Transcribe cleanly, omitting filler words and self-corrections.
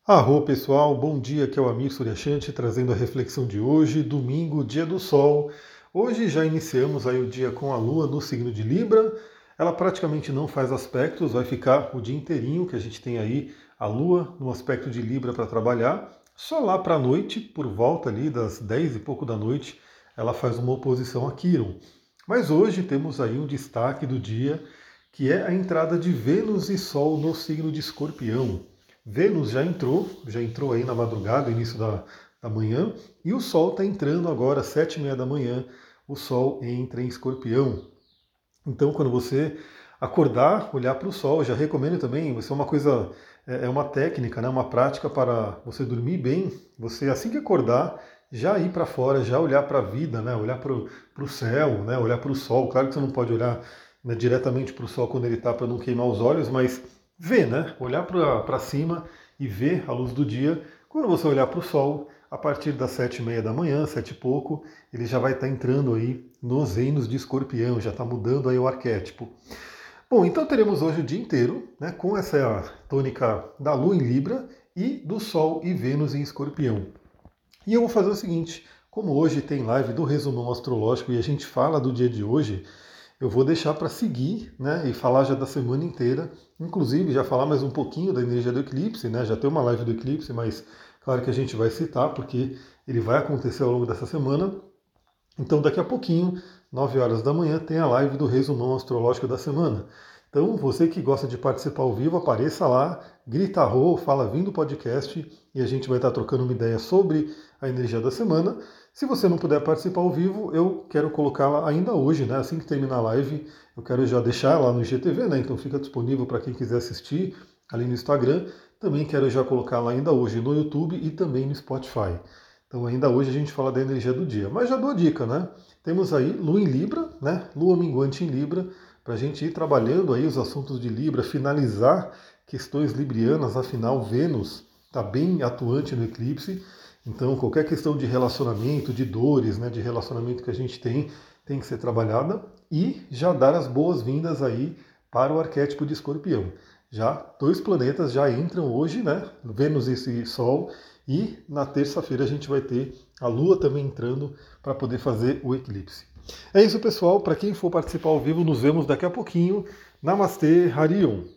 Arro pessoal, bom dia, aqui é o Amir Suryashanti trazendo a reflexão de hoje, domingo, dia do Sol. Hoje já iniciamos aí o dia com a Lua no signo de Libra. Ela praticamente não faz aspectos, vai ficar o dia inteirinho que a gente tem aí a Lua no aspecto de Libra para trabalhar. Só lá para a noite, por volta ali das 10 e pouco da noite, ela faz uma oposição a Quiron. Mas hoje temos aí um destaque do dia, que é a entrada de Vênus e Sol no signo de Escorpião. Vênus já entrou aí na madrugada, início da manhã, e o Sol está entrando agora, às 7h30 da manhã, o Sol entra em Escorpião. Então, quando você acordar, olhar para o Sol, já recomendo também, isso é uma coisa, é uma técnica, né, uma prática para você dormir bem, você assim que acordar, já ir para fora, já olhar para a vida, né, olhar para o céu, né, olhar para o Sol. Claro que você não pode olhar, né, diretamente para o Sol quando ele está para não queimar os olhos, mas ver, né? Olhar para cima e ver a luz do dia. Quando você olhar para o Sol, a partir das 7h30 da manhã, 7 e pouco, ele já vai estar entrando aí nos reinos de Escorpião, já está mudando aí o arquétipo. Bom, então teremos hoje o dia inteiro, né, com essa tônica da Lua em Libra e do Sol e Vênus em Escorpião. E eu vou fazer o seguinte, como hoje tem live do Resumão Astrológico e a gente fala do dia de hoje, eu vou deixar para seguir, né, e falar já da semana inteira, inclusive já falar mais um pouquinho da energia do eclipse, né, já tem uma live do eclipse, mas claro que a gente vai citar, porque ele vai acontecer ao longo dessa semana. Então daqui a pouquinho, 9 horas da manhã, tem a live do Resumão Astrológico da semana. Então você que gosta de participar ao vivo, apareça lá, grita arro, fala vindo do podcast e a gente vai estar trocando uma ideia sobre a energia da semana. Se você não puder participar ao vivo, eu quero colocá-la ainda hoje, né? Assim que terminar a live, eu quero já deixar lá no IGTV, né? Então fica disponível para quem quiser assistir ali no Instagram. Também quero já colocá-la ainda hoje no YouTube e também no Spotify. Então ainda hoje a gente fala da energia do dia. Mas já dou a dica, né? Temos aí Lua em Libra, né? Lua minguante em Libra, para a gente ir trabalhando aí os assuntos de Libra, finalizar questões librianas, afinal Vênus está bem atuante no eclipse. Então, qualquer questão de relacionamento, de dores, né, de relacionamento que a gente tem que ser trabalhada e já dar as boas-vindas aí para o arquétipo de Escorpião. Já 2 planetas já entram hoje, né, Vênus e Sol, e na terça-feira a gente vai ter a Lua também entrando para poder fazer o eclipse. É isso, pessoal. Para quem for participar ao vivo, nos vemos daqui a pouquinho. Namastê, Harion.